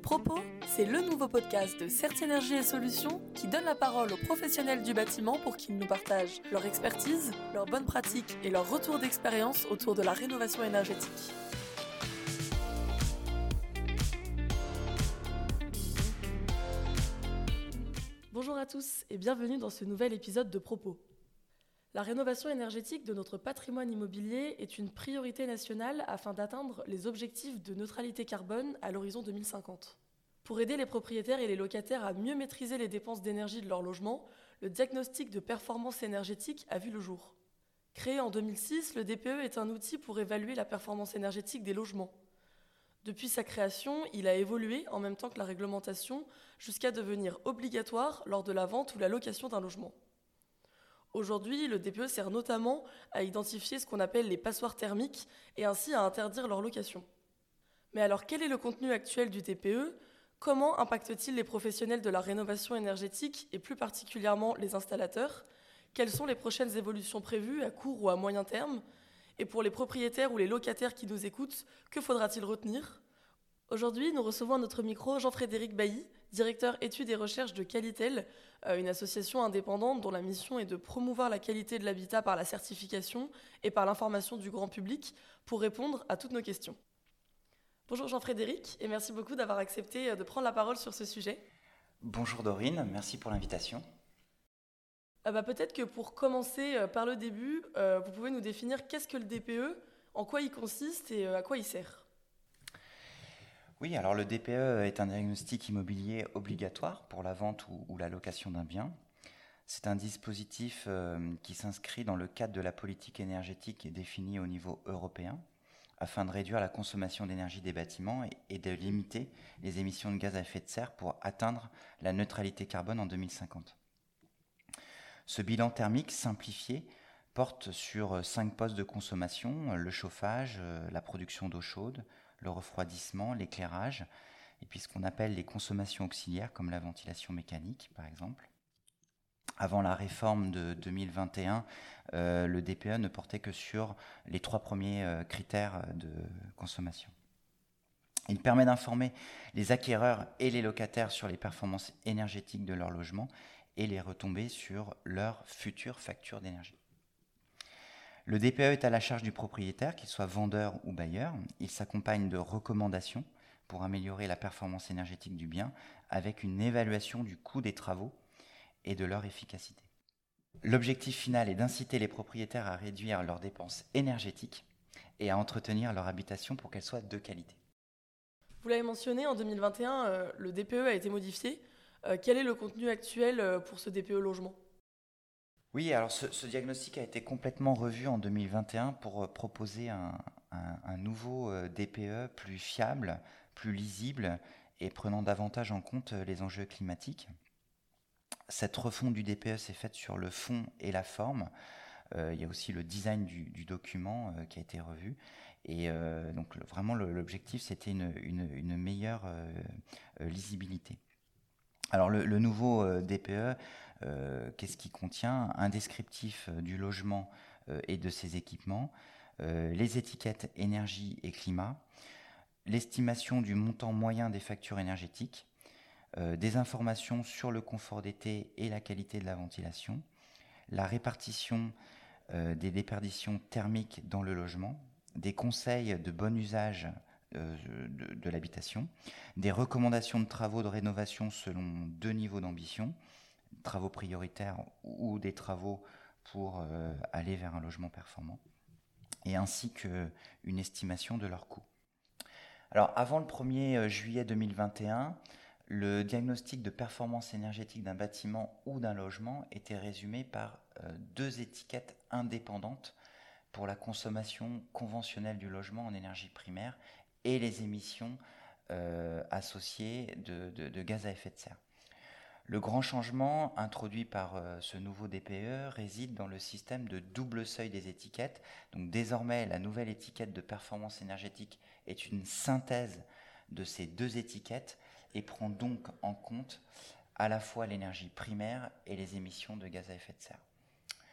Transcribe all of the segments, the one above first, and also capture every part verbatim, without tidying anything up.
Propos, c'est le nouveau podcast de Certes Énergie et Solutions qui donne la parole aux professionnels du bâtiment pour qu'ils nous partagent leur expertise, leurs bonnes pratiques et leurs retours d'expérience autour de la rénovation énergétique. Bonjour à tous et bienvenue dans ce nouvel épisode de Propos. La rénovation énergétique de notre patrimoine immobilier est une priorité nationale afin d'atteindre les objectifs de neutralité carbone à l'horizon deux mille cinquante. Pour aider les propriétaires et les locataires à mieux maîtriser les dépenses d'énergie de leur logement, le diagnostic de performance énergétique a vu le jour. Créé en deux mille six, le D P E est un outil pour évaluer la performance énergétique des logements. Depuis sa création, il a évolué en même temps que la réglementation jusqu'à devenir obligatoire lors de la vente ou la location d'un logement. Aujourd'hui, le D P E sert notamment à identifier ce qu'on appelle les passoires thermiques et ainsi à interdire leur location. Mais alors, quel est le contenu actuel du D P E ? Comment impacte-t-il les professionnels de la rénovation énergétique et plus particulièrement les installateurs ? Quelles sont les prochaines évolutions prévues à court ou à moyen terme ? Et pour les propriétaires ou les locataires qui nous écoutent, que faudra-t-il retenir ? Aujourd'hui, nous recevons à notre micro Jean-Frédéric Bailly, directeur études et recherches de Qualitel, une association indépendante dont la mission est de promouvoir la qualité de l'habitat par la certification et par l'information du grand public pour répondre à toutes nos questions. Bonjour Jean-Frédéric et merci beaucoup d'avoir accepté de prendre la parole sur ce sujet. Bonjour Dorine, merci pour l'invitation. Euh, bah, peut-être que pour commencer euh, par le début, euh, vous pouvez nous définir qu'est-ce que le D P E, en quoi il consiste et euh, à quoi il sert ? Oui, alors le D P E est un diagnostic immobilier obligatoire pour la vente ou, ou la location d'un bien. C'est un dispositif euh, qui s'inscrit dans le cadre de la politique énergétique définie au niveau européen afin de réduire la consommation d'énergie des bâtiments et, et de limiter les émissions de gaz à effet de serre pour atteindre la neutralité carbone en deux mille cinquante. Ce bilan thermique simplifié porte sur cinq postes de consommation, le chauffage, la production d'eau chaude, le refroidissement, l'éclairage, et puis ce qu'on appelle les consommations auxiliaires comme la ventilation mécanique par exemple. Avant la réforme de deux mille vingt et un, euh, le D P E ne portait que sur les trois premiers euh, critères de consommation. Il permet d'informer les acquéreurs et les locataires sur les performances énergétiques de leur logement et les retombées sur leur future facture d'énergie. Le D P E est à la charge du propriétaire, qu'il soit vendeur ou bailleur. Il s'accompagne de recommandations pour améliorer la performance énergétique du bien avec une évaluation du coût des travaux et de leur efficacité. L'objectif final est d'inciter les propriétaires à réduire leurs dépenses énergétiques et à entretenir leur habitation pour qu'elle soit de qualité. Vous l'avez mentionné, en deux mille vingt et un, euh, le D P E a été modifié. Euh, quel est le contenu actuel euh, pour ce D P E logement ? Oui, alors ce, ce diagnostic a été complètement revu en deux mille vingt et un pour euh, proposer un, un, un nouveau euh, D P E plus fiable, plus lisible et prenant davantage en compte euh, les enjeux climatiques. Cette refonte du D P E s'est faite sur le fond et la forme. Euh, il y a aussi le design du, du document euh, qui a été revu. Et euh, donc le, vraiment le, l'objectif c'était une, une, une meilleure euh, euh, lisibilité. Alors le, le nouveau euh, D P E, euh, qu'est-ce qu'il contient ? Un descriptif euh, du logement euh, et de ses équipements, euh, les étiquettes énergie et climat, l'estimation du montant moyen des factures énergétiques, euh, des informations sur le confort d'été et la qualité de la ventilation, la répartition euh, des déperditions thermiques dans le logement, des conseils de bon usage euh, de, de l'habitation, des recommandations de travaux de rénovation selon deux niveaux d'ambition, travaux prioritaires ou des travaux pour euh, aller vers un logement performant, et ainsi qu'une estimation de leur coût. Alors avant le premier juillet deux mille vingt et un, le diagnostic de performance énergétique d'un bâtiment ou d'un logement était résumé par euh, deux étiquettes indépendantes pour la consommation conventionnelle du logement en énergie primaire et les émissions euh, associées de, de, de gaz à effet de serre. Le grand changement introduit par euh, ce nouveau D P E réside dans le système de double seuil des étiquettes. Donc désormais, la nouvelle étiquette de performance énergétique est une synthèse de ces deux étiquettes et prend donc en compte à la fois l'énergie primaire et les émissions de gaz à effet de serre.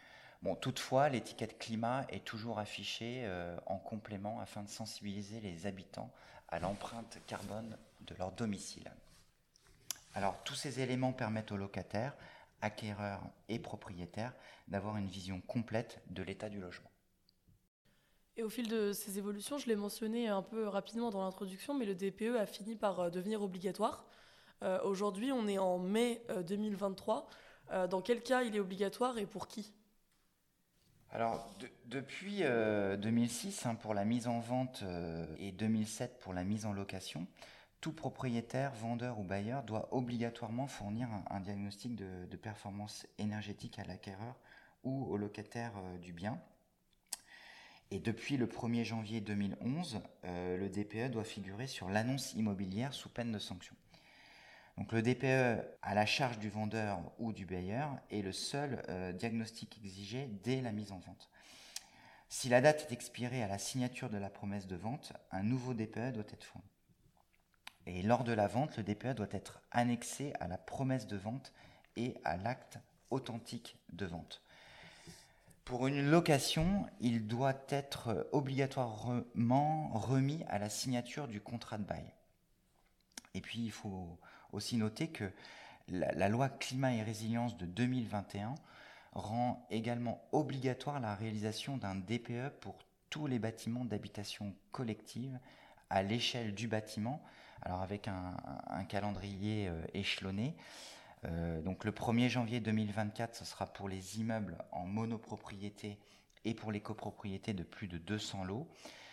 Bon, toutefois, l'étiquette climat est toujours affichée euh, en complément afin de sensibiliser les habitants à l'empreinte carbone de leur domicile. Alors, tous ces éléments permettent aux locataires, acquéreurs et propriétaires d'avoir une vision complète de l'état du logement. Et au fil de ces évolutions, je l'ai mentionné un peu rapidement dans l'introduction, mais le D P E a fini par euh, devenir obligatoire. Euh, aujourd'hui, on est en mai euh, deux mille vingt-trois. Euh, dans quel cas il est obligatoire et pour qui ? Alors, de- depuis euh, deux mille six, hein, pour la mise en vente euh, et deux mille sept pour la mise en location, tout propriétaire, vendeur ou bailleur doit obligatoirement fournir un, un diagnostic de, de performance énergétique à l'acquéreur ou au locataire euh, du bien. Et depuis le premier janvier deux mille onze, euh, le D P E doit figurer sur l'annonce immobilière sous peine de sanction. Donc le D P E à la charge du vendeur ou du bailleur est le seul euh, diagnostic exigé dès la mise en vente. Si la date est expirée à la signature de la promesse de vente, un nouveau D P E doit être fourni. Et lors de la vente, le D P E doit être annexé à la promesse de vente et à l'acte authentique de vente. Pour une location, il doit être obligatoirement remis à la signature du contrat de bail. Et puis, il faut aussi noter que la, la loi Climat et Résilience de deux mille vingt et un rend également obligatoire la réalisation d'un D P E pour tous les bâtiments d'habitation collective à l'échelle du bâtiment, alors avec un, un calendrier euh, échelonné. Euh, donc le premier janvier deux mille vingt-quatre, ce sera pour les immeubles en monopropriété et pour les copropriétés de plus de deux cents lots.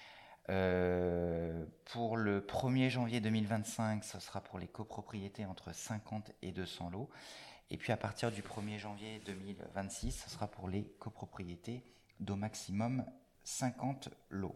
Euh, pour le premier janvier deux mille vingt-cinq, ce sera pour les copropriétés entre cinquante et deux cents lots. Et puis à partir du premier janvier deux mille vingt-six, ce sera pour les copropriétés d'au maximum cinquante lots.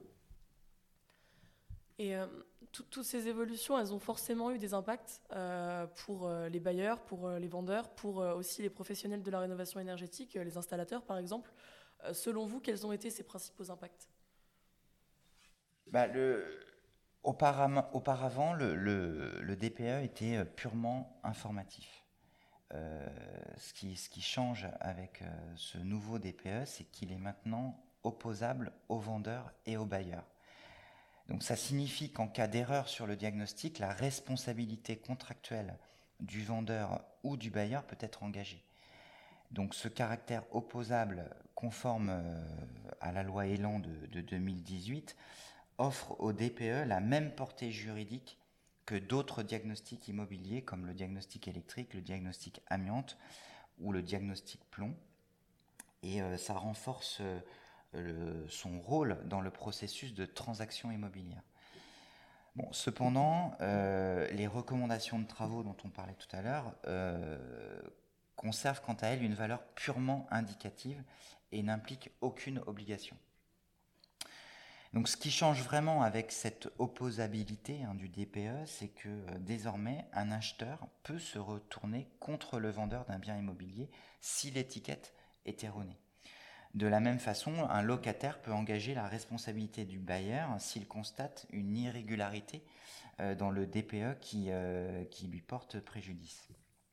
Et euh, toutes ces évolutions, elles ont forcément eu des impacts euh, pour euh, les bailleurs, pour euh, les vendeurs, pour euh, aussi les professionnels de la rénovation énergétique, euh, les installateurs par exemple. Euh, selon vous, quels ont été ces principaux impacts ? Bah, le, auparavant, auparavant le, le, le D P E était purement informatif. Euh, ce, qui, ce qui change avec euh, ce nouveau D P E, c'est qu'il est maintenant opposable aux vendeurs et aux bailleurs. Donc ça signifie qu'en cas d'erreur sur le diagnostic, la responsabilité contractuelle du vendeur ou du bailleur peut être engagée. Donc ce caractère opposable conforme euh, à la loi Elan de, de deux mille dix-huit offre au D P E la même portée juridique que d'autres diagnostics immobiliers comme le diagnostic électrique, le diagnostic amiante ou le diagnostic plomb. Et euh, ça renforce euh, le, son rôle dans le processus de transaction immobilière. Bon, cependant, euh, les recommandations de travaux dont on parlait tout à l'heure euh, conservent quant à elles une valeur purement indicative et n'impliquent aucune obligation. Donc ce qui change vraiment avec cette opposabilité hein, du D P E, c'est que euh, désormais un acheteur peut se retourner contre le vendeur d'un bien immobilier si l'étiquette est erronée. De la même façon, un locataire peut engager la responsabilité du bailleur s'il constate une irrégularité euh, dans le D P E qui, euh, qui lui porte préjudice.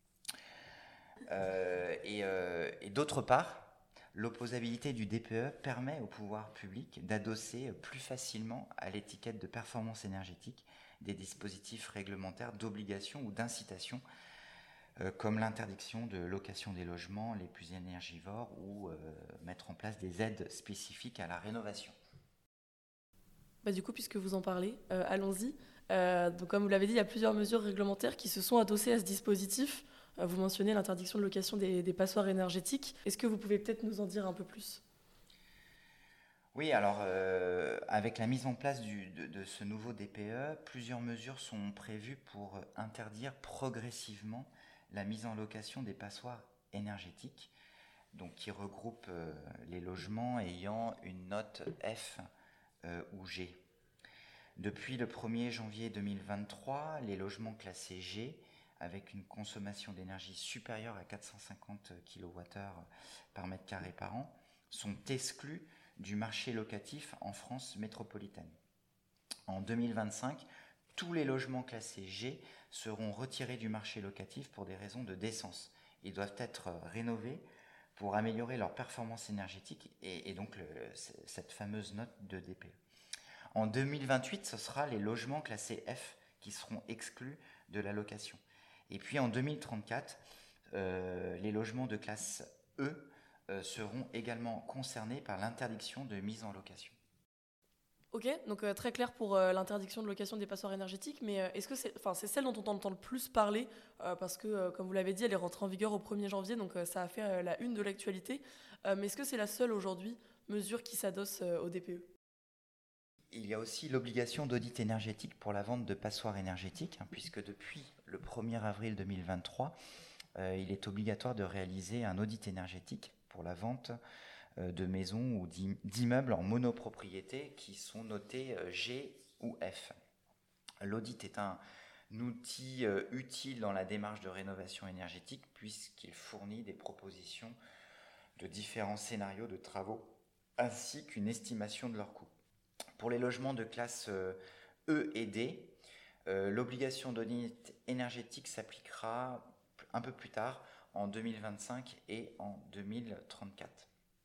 Euh, et, euh, et d'autre part, l'opposabilité du D P E permet au pouvoir public d'adosser plus facilement à l'étiquette de performance énergétique des dispositifs réglementaires d'obligation ou d'incitation euh, comme l'interdiction de location des logements les plus énergivores ou euh, mettre en place des aides spécifiques à la rénovation. Bah, du coup, puisque vous en parlez, euh, allons-y. Euh, donc, comme vous l'avez dit, il y a plusieurs mesures réglementaires qui se sont adossées à ce dispositif. Euh, vous mentionnez l'interdiction de location des, des passoires énergétiques. Est-ce que vous pouvez peut-être nous en dire un peu plus ? Oui, alors euh, avec la mise en place du, de, de ce nouveau D P E, plusieurs mesures sont prévues pour interdire progressivement la mise en location des passoires énergétiques, donc qui regroupent euh, les logements ayant une note F euh, ou G. Depuis le premier janvier deux mille vingt-trois, les logements classés G, avec une consommation d'énergie supérieure à quatre cent cinquante kilowattheures par mètre carré par an, sont exclus du marché locatif en France métropolitaine. En deux mille vingt-cinq, tous les logements classés G seront retirés du marché locatif pour des raisons de décence. Ils doivent être rénovés pour améliorer leur performance énergétique et, et donc le, cette fameuse note de D P E. En deux mille vingt-huit, ce sera les logements classés F qui seront exclus de la location. Et puis en deux mille trente-quatre, euh, les logements de classe E euh, seront également concernés par l'interdiction de mise en location. Ok, donc euh, très clair pour euh, l'interdiction de location des passoires énergétiques, mais euh, est-ce que c'est, enfin, c'est celle dont on entend le plus parler euh, parce que, euh, comme vous l'avez dit, elle est rentrée en vigueur au premier janvier, donc euh, ça a fait euh, la une de l'actualité. Euh, mais est-ce que c'est la seule aujourd'hui mesure qui s'adosse euh, au D P E ? Il y a aussi l'obligation d'audit énergétique pour la vente de passoires énergétiques, hein, puisque depuis le premier avril deux mille vingt-trois, euh, il est obligatoire de réaliser un audit énergétique pour la vente euh, de maisons ou d'immeubles en monopropriété qui sont notés euh, G ou F. L'audit est un outil euh, utile dans la démarche de rénovation énergétique puisqu'il fournit des propositions de différents scénarios de travaux ainsi qu'une estimation de leur coût. Pour les logements de classe euh, E et D, euh, l'obligation d'audit énergétique s'appliquera un peu plus tard, en deux mille vingt-cinq et en deux mille trente-quatre.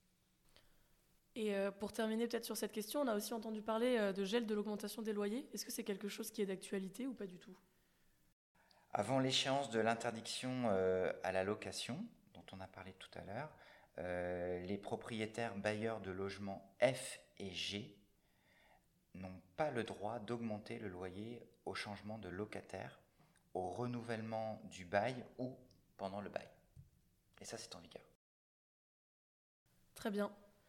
Et euh, pour terminer peut-être sur cette question, on a aussi entendu parler euh, de gel de l'augmentation des loyers. Est-ce que c'est quelque chose qui est d'actualité ou pas du tout ? Avant l'échéance de l'interdiction euh, à la location, dont on a parlé tout à l'heure, euh, les propriétaires bailleurs de logements F et G n'ont pas le droit d'augmenter le loyer au changement de locataire, au renouvellement du bail ou pendant le bail. Et ça, c'est en vigueur. Très bien.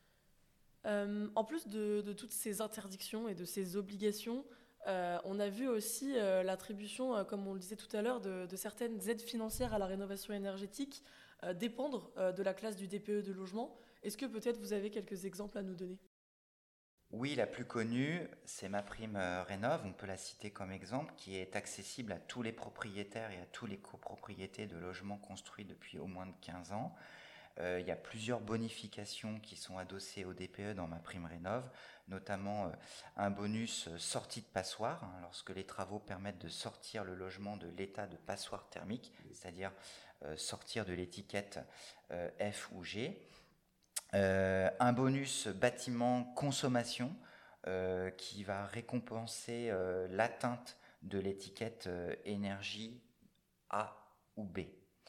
Euh, en plus de, de toutes ces interdictions et de ces obligations, euh, on a vu aussi euh, l'attribution, euh, comme on le disait tout à l'heure, de, de certaines aides financières à la rénovation énergétique euh, dépendre euh, de la classe du D P E de logement. Est-ce que peut-être vous avez quelques exemples à nous donner ? Oui, la plus connue, c'est MaPrimeRénov', on peut la citer comme exemple, qui est accessible à tous les propriétaires et à tous les copropriétés de logements construits depuis au moins de quinze ans. Euh, il y a plusieurs bonifications qui sont adossées au D P E dans MaPrimeRénov', notamment euh, un bonus sortie de passoire, hein, lorsque les travaux permettent de sortir le logement de l'état de passoire thermique, c'est-à-dire euh, sortir de l'étiquette euh, F ou G. Euh, un bonus bâtiment consommation euh, qui va récompenser euh, l'atteinte de l'étiquette euh, énergie A ou B.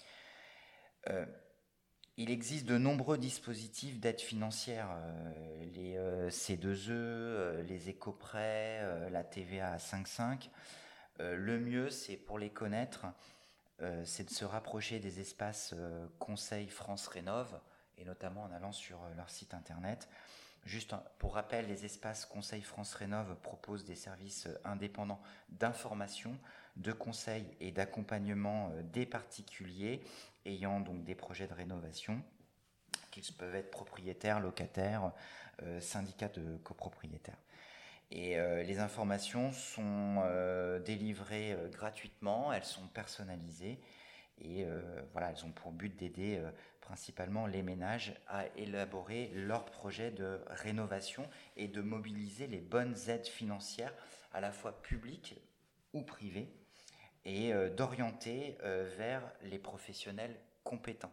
Euh, il existe de nombreux dispositifs d'aide financière, euh, les euh, C deux E, euh, les éco-prêts, euh, la T V A à cinq virgule cinq. Euh, le mieux, c'est pour les connaître, euh, c'est de se rapprocher des espaces euh, Conseil France Rénov', et notamment en allant sur leur site internet. Juste pour rappel, les espaces Conseil France Rénov' proposent des services indépendants d'information, de conseil et d'accompagnement des particuliers ayant donc des projets de rénovation, qu'ils peuvent être propriétaires, locataires, euh, syndicats de copropriétaires. Et euh, les informations sont euh, délivrées euh, gratuitement, elles sont personnalisées et euh, voilà, elles ont pour but d'aider euh, principalement les ménages à élaborer leur projet de rénovation et de mobiliser les bonnes aides financières à la fois publiques ou privées et euh, d'orienter euh, vers les professionnels compétents.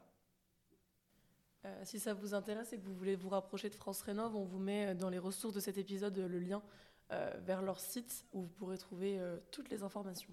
Euh, si ça vous intéresse et que vous voulez vous rapprocher de France Rénov', on vous met dans les ressources de cet épisode le lien euh, vers leur site où vous pourrez trouver euh, toutes les informations.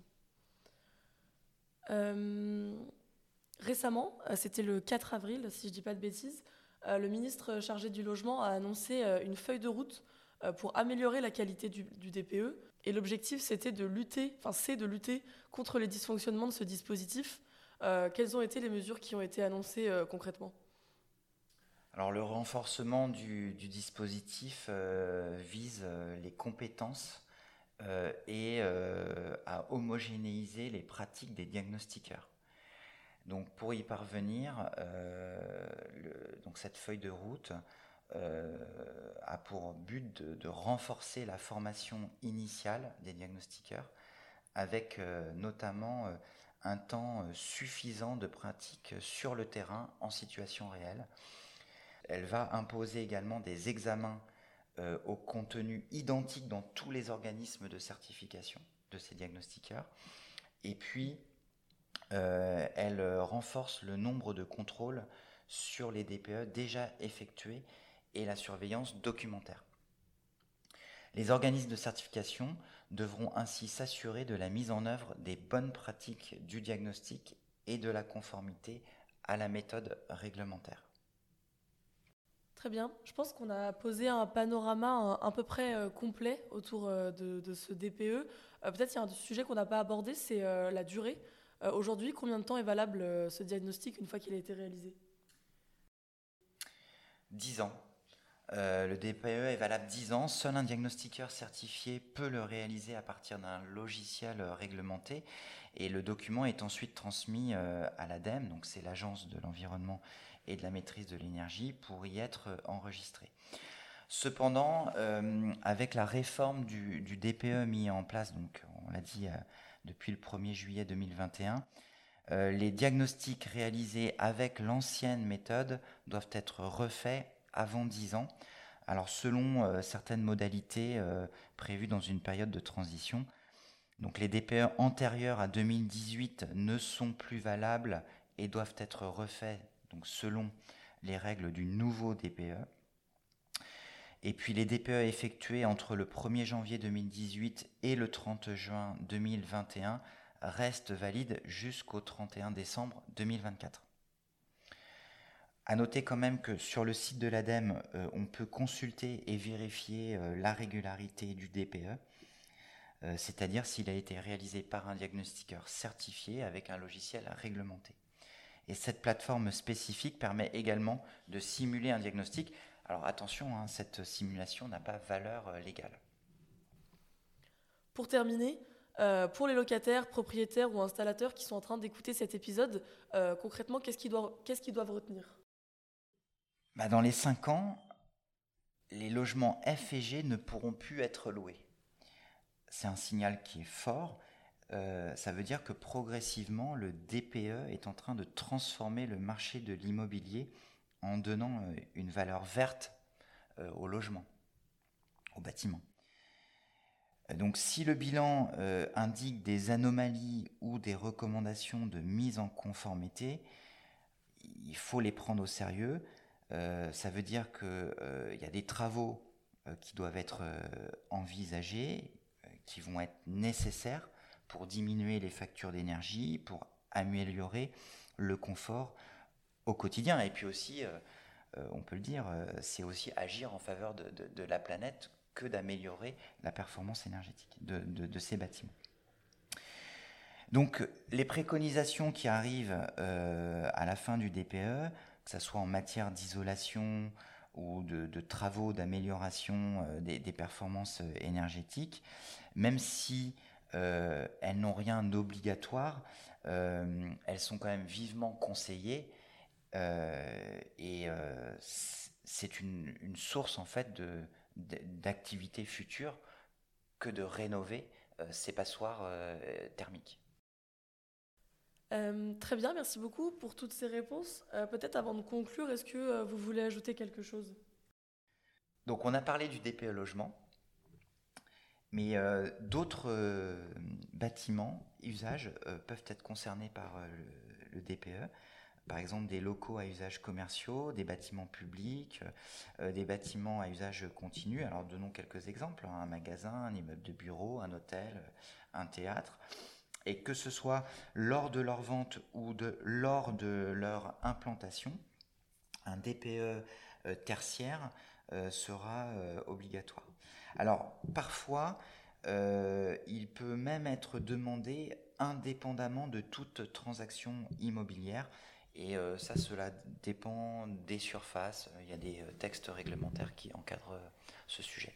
Euh, récemment, c'était le quatre avril, si je ne dis pas de bêtises, euh, le ministre chargé du logement a annoncé euh, une feuille de route euh, pour améliorer la qualité du, du D P E. Et l'objectif, c'était de lutter, enfin, c'est de lutter contre les dysfonctionnements de ce dispositif. Euh, quelles ont été les mesures qui ont été annoncées euh, concrètement ? Alors le renforcement du, du dispositif euh, vise euh, les compétences euh, et euh, à homogénéiser les pratiques des diagnostiqueurs. Donc pour y parvenir, euh, le, donc cette feuille de route euh, a pour but de, de renforcer la formation initiale des diagnostiqueurs avec euh, notamment euh, un temps suffisant de pratique sur le terrain en situation réelle. Elle va imposer également des examens euh, au contenu identique dans tous les organismes de certification de ces diagnostiqueurs. Et puis, euh, elle renforce le nombre de contrôles sur les D P E déjà effectués et la surveillance documentaire. Les organismes de certification devront ainsi s'assurer de la mise en œuvre des bonnes pratiques du diagnostic et de la conformité à la méthode réglementaire. Très bien. Je pense qu'on a posé un panorama à peu près euh, complet autour euh, de, de ce D P E. Euh, peut-être il y a un sujet qu'on n'a pas abordé, c'est euh, la durée. Euh, aujourd'hui, combien de temps est valable euh, ce diagnostic une fois qu'il a été réalisé ? dix ans. Euh, le D P E est valable dix ans. Seul un diagnostiqueur certifié peut le réaliser à partir d'un logiciel réglementé. Et le document est ensuite transmis euh, à l'ADEME, donc c'est l'Agence de l'environnement et de la maîtrise de l'énergie, pour y être enregistré. Cependant, euh, avec la réforme du, du D P E mis en place, donc on l'a dit euh, depuis le premier juillet deux mille vingt et un, euh, les diagnostics réalisés avec l'ancienne méthode doivent être refaits avant dix ans, alors selon euh, certaines modalités euh, prévues dans une période de transition. Donc les D P E antérieurs à deux mille dix-huit ne sont plus valables et doivent être refaits donc selon les règles du nouveau D P E. Et puis les D P E effectués entre le premier janvier deux mille dix-huit et le trente juin deux mille vingt et un restent valides jusqu'au trente et un décembre deux mille vingt-quatre. À noter quand même que sur le site de l'ADEME, euh, on peut consulter et vérifier euh, la régularité du D P E, euh, c'est-à-dire s'il a été réalisé par un diagnostiqueur certifié avec un logiciel réglementé. Et cette plateforme spécifique permet également de simuler un diagnostic. Alors attention, hein, cette simulation n'a pas valeur euh, légale. Pour terminer, euh, pour les locataires, propriétaires ou installateurs qui sont en train d'écouter cet épisode, euh, concrètement, qu'est-ce qu'ils doivent, qu'est-ce qu'ils doivent retenir ? Bah dans les cinq ans, les logements F et G ne pourront plus être loués. C'est un signal qui est fort. Euh, ça veut dire que progressivement, le D P E est en train de transformer le marché de l'immobilier en donnant euh, une valeur verte euh, au logement, au bâtiment. Donc si le bilan euh, indique des anomalies ou des recommandations de mise en conformité, il faut les prendre au sérieux. Euh, ça veut dire qu'il euh, y a des travaux euh, qui doivent être euh, envisagés, euh, qui vont être nécessaires pour diminuer les factures d'énergie, pour améliorer le confort au quotidien. Et puis aussi, euh, euh, on peut le dire, euh, c'est aussi agir en faveur de, de, de la planète que d'améliorer la performance énergétique de, de, de ces bâtiments. Donc les préconisations qui arrivent euh, à la fin du D P E, que ce soit en matière d'isolation ou de, de travaux d'amélioration euh, des, des performances énergétiques, même si euh, elles n'ont rien d'obligatoire, euh, elles sont quand même vivement conseillées euh, et euh, c'est une, une source en fait de, de, d'activité future que de rénover euh, ces passoires euh, thermiques. Euh, très bien, merci beaucoup pour toutes ces réponses. Euh, peut-être avant de conclure, est-ce que euh, vous voulez ajouter quelque chose ? Donc on a parlé du D P E logement, mais euh, d'autres euh, bâtiments, usages euh, peuvent être concernés par euh, le, le D P E. Par exemple des locaux à usage commerciaux, des bâtiments publics, euh, des bâtiments à usage continu. Alors donnons quelques exemples, hein, un magasin, un immeuble de bureau, un hôtel, un théâtre. Et que ce soit lors de leur vente ou de, lors de leur implantation, un D P E euh, tertiaire euh, sera euh, obligatoire. Alors parfois, euh, il peut même être demandé indépendamment de toute transaction immobilière. Et euh, ça, cela dépend des surfaces. Il y a des euh, textes réglementaires qui encadrent euh, ce sujet.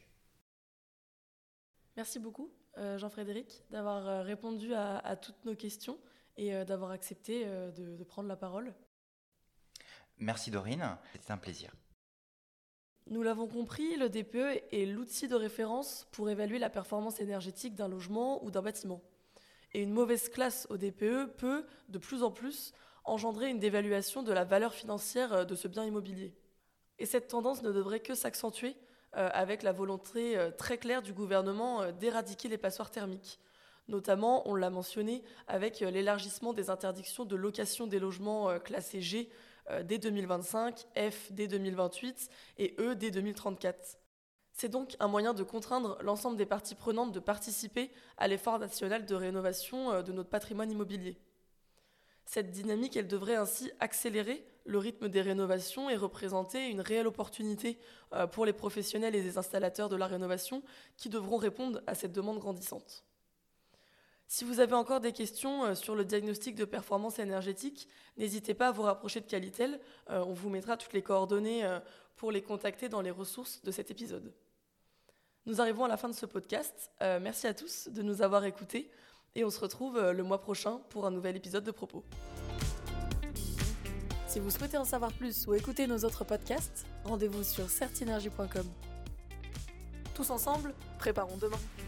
Merci beaucoup, euh, Jean-Frédéric, d'avoir euh, répondu à, à toutes nos questions et euh, d'avoir accepté euh, de, de prendre la parole. Merci Dorine, c'était un plaisir. Nous l'avons compris, le D P E est l'outil de référence pour évaluer la performance énergétique d'un logement ou d'un bâtiment. Et une mauvaise classe au D P E peut, de plus en plus, engendrer une dévaluation de la valeur financière de ce bien immobilier. Et cette tendance ne devrait que s'accentuer euh, avec la volonté euh, très claire du gouvernement euh, d'éradiquer les passoires thermiques. Notamment, on l'a mentionné, avec euh, l'élargissement des interdictions de location des logements euh, classés G euh, dès deux mille vingt-cinq, F dès deux mille vingt-huit et E dès deux mille trente-quatre. C'est donc un moyen de contraindre l'ensemble des parties prenantes de participer à l'effort national de rénovation euh, de notre patrimoine immobilier. Cette dynamique, elle devrait ainsi accélérer le rythme des rénovations et représenter une réelle opportunité euh, pour les professionnels et les installateurs de la rénovation qui devront répondre à cette demande grandissante. Si vous avez encore des questions sur le diagnostic de performance énergétique, n'hésitez pas à vous rapprocher de Qualitel. On vous mettra toutes les coordonnées pour les contacter dans les ressources de cet épisode. Nous arrivons à la fin de ce podcast. Merci à tous de nous avoir écoutés et on se retrouve le mois prochain pour un nouvel épisode de Propos. Si vous souhaitez en savoir plus ou écouter nos autres podcasts, rendez-vous sur certinergie point com. Tous ensemble, préparons demain.